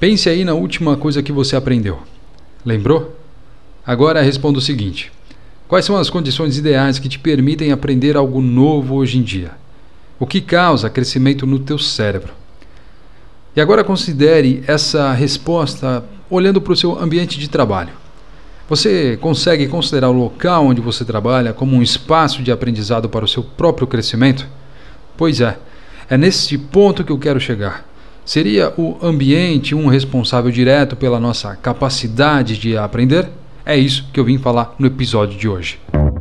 Pense aí na última coisa que você aprendeu. Lembrou? Agora responda o seguinte: quais são as condições ideais que te permitem aprender algo novo hoje em dia? O que causa crescimento no teu cérebro? E agora considere essa resposta olhando para o seu ambiente de trabalho. Você consegue considerar o local onde você trabalha como um espaço de aprendizado para o seu próprio crescimento? Pois é nesse ponto que eu quero chegar. Seria o ambiente um responsável direto pela nossa capacidade de aprender? É isso que eu vim falar no episódio de hoje.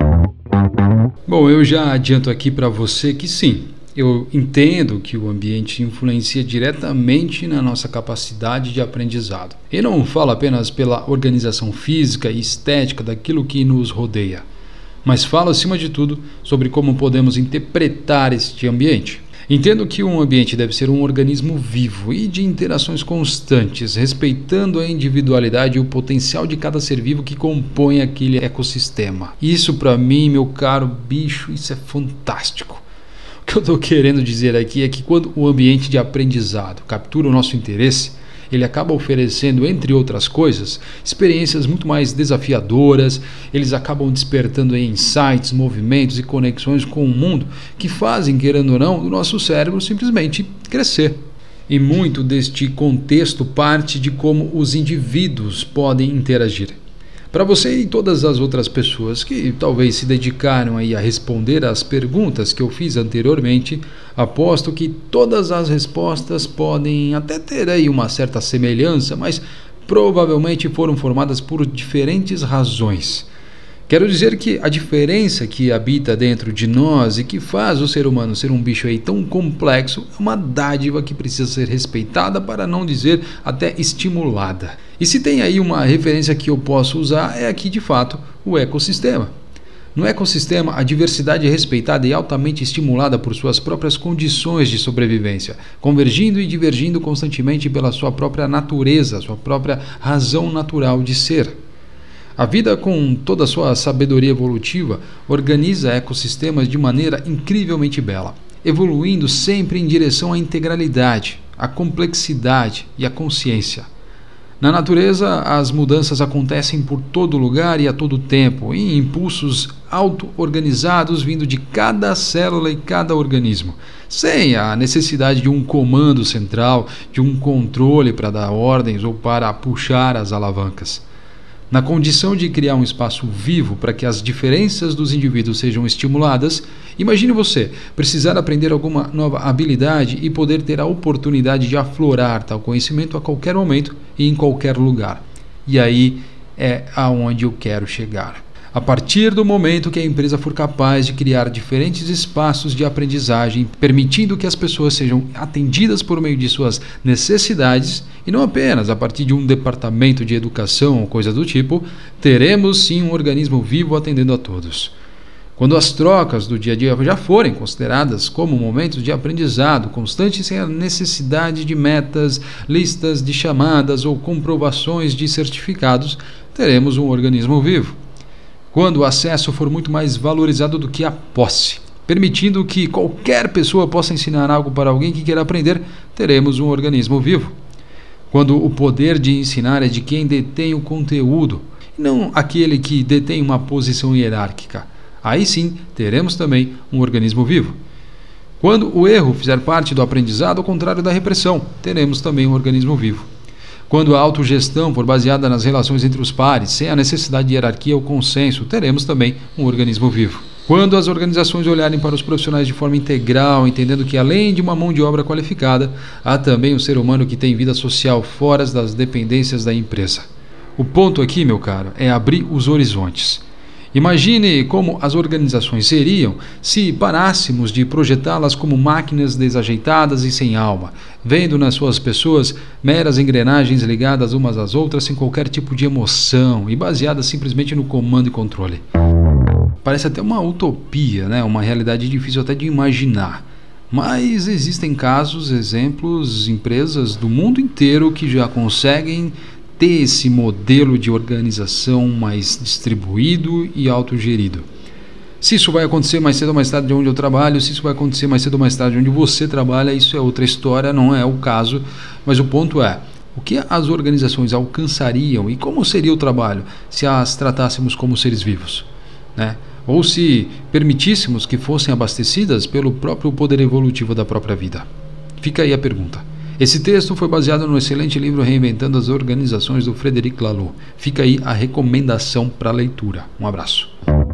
Bom, eu já adianto aqui para você que sim, eu entendo que o ambiente influencia diretamente na nossa capacidade de aprendizado. E não falo apenas pela organização física e estética daquilo que nos rodeia, mas falo acima de tudo sobre como podemos interpretar este ambiente. Entendo que um ambiente deve ser um organismo vivo e de interações constantes, respeitando a individualidade e o potencial de cada ser vivo que compõe aquele ecossistema. Isso para mim, meu caro bicho, isso é fantástico. O que eu estou querendo dizer aqui é que quando o ambiente de aprendizado captura o nosso interesse, ele acaba oferecendo, entre outras coisas, experiências muito mais desafiadoras, eles acabam despertando insights, movimentos e conexões com o mundo que fazem, querendo ou não, o nosso cérebro simplesmente crescer. E muito deste contexto parte de como os indivíduos podem interagir. Para você e todas as outras pessoas que talvez se dedicaram aí a responder às perguntas que eu fiz anteriormente, aposto que todas as respostas podem até ter aí uma certa semelhança, mas provavelmente foram formadas por diferentes razões. Quero dizer que a diferença que habita dentro de nós e que faz o ser humano ser um bicho aí tão complexo é uma dádiva que precisa ser respeitada, para não dizer até estimulada. E se tem aí uma referência que eu posso usar, é aqui de fato o ecossistema. No ecossistema, a diversidade é respeitada e altamente estimulada por suas próprias condições de sobrevivência, convergindo e divergindo constantemente pela sua própria natureza, sua própria razão natural de ser. A vida, com toda a sua sabedoria evolutiva, organiza ecossistemas de maneira incrivelmente bela, evoluindo sempre em direção à integralidade, à complexidade e à consciência. Na natureza, as mudanças acontecem por todo lugar e a todo tempo, em impulsos auto-organizados vindo de cada célula e cada organismo, sem a necessidade de um comando central, de um controle para dar ordens ou para puxar as alavancas. Na condição de criar um espaço vivo para que as diferenças dos indivíduos sejam estimuladas, imagine você precisar aprender alguma nova habilidade e poder ter a oportunidade de aflorar tal conhecimento a qualquer momento e em qualquer lugar. E aí é aonde eu quero chegar. A partir do momento que a empresa for capaz de criar diferentes espaços de aprendizagem, permitindo que as pessoas sejam atendidas por meio de suas necessidades, e não apenas a partir de um departamento de educação ou coisa do tipo, teremos sim um organismo vivo atendendo a todos. Quando as trocas do dia a dia já forem consideradas como momentos de aprendizado constante sem a necessidade de metas, listas de chamadas ou comprovações de certificados, teremos um organismo vivo. Quando o acesso for muito mais valorizado do que a posse, permitindo que qualquer pessoa possa ensinar algo para alguém que queira aprender, teremos um organismo vivo. Quando o poder de ensinar é de quem detém o conteúdo, e não aquele que detém uma posição hierárquica, aí sim teremos também um organismo vivo. Quando o erro fizer parte do aprendizado, ao contrário da repressão, teremos também um organismo vivo. Quando a autogestão for baseada nas relações entre os pares, sem a necessidade de hierarquia ou consenso, teremos também um organismo vivo. Quando as organizações olharem para os profissionais de forma integral, entendendo que além de uma mão de obra qualificada, há também um ser humano que tem vida social fora das dependências da empresa. O ponto aqui, meu caro, é abrir os horizontes. Imagine como as organizações seriam se parássemos de projetá-las como máquinas desajeitadas e sem alma, vendo nas suas pessoas meras engrenagens ligadas umas às outras sem qualquer tipo de emoção e baseadas simplesmente no comando e controle. Parece até uma utopia, né? Uma realidade difícil até de imaginar. Mas existem casos, exemplos, empresas do mundo inteiro que já conseguem ter esse modelo de organização mais distribuído e autogerido. Se isso vai acontecer mais cedo ou mais tarde de onde eu trabalho, se isso vai acontecer mais cedo ou mais tarde onde você trabalha, isso é outra história, não é o caso. Mas o ponto é, O que as organizações alcançariam e como seria o trabalho se as tratássemos como seres vivos, né? Ou se permitíssemos que fossem abastecidas pelo próprio poder evolutivo da própria vida? Fica aí a pergunta. Esse texto foi baseado no excelente livro Reinventando as Organizações, do Frederic Laloux. Fica aí a recomendação para leitura. Um abraço.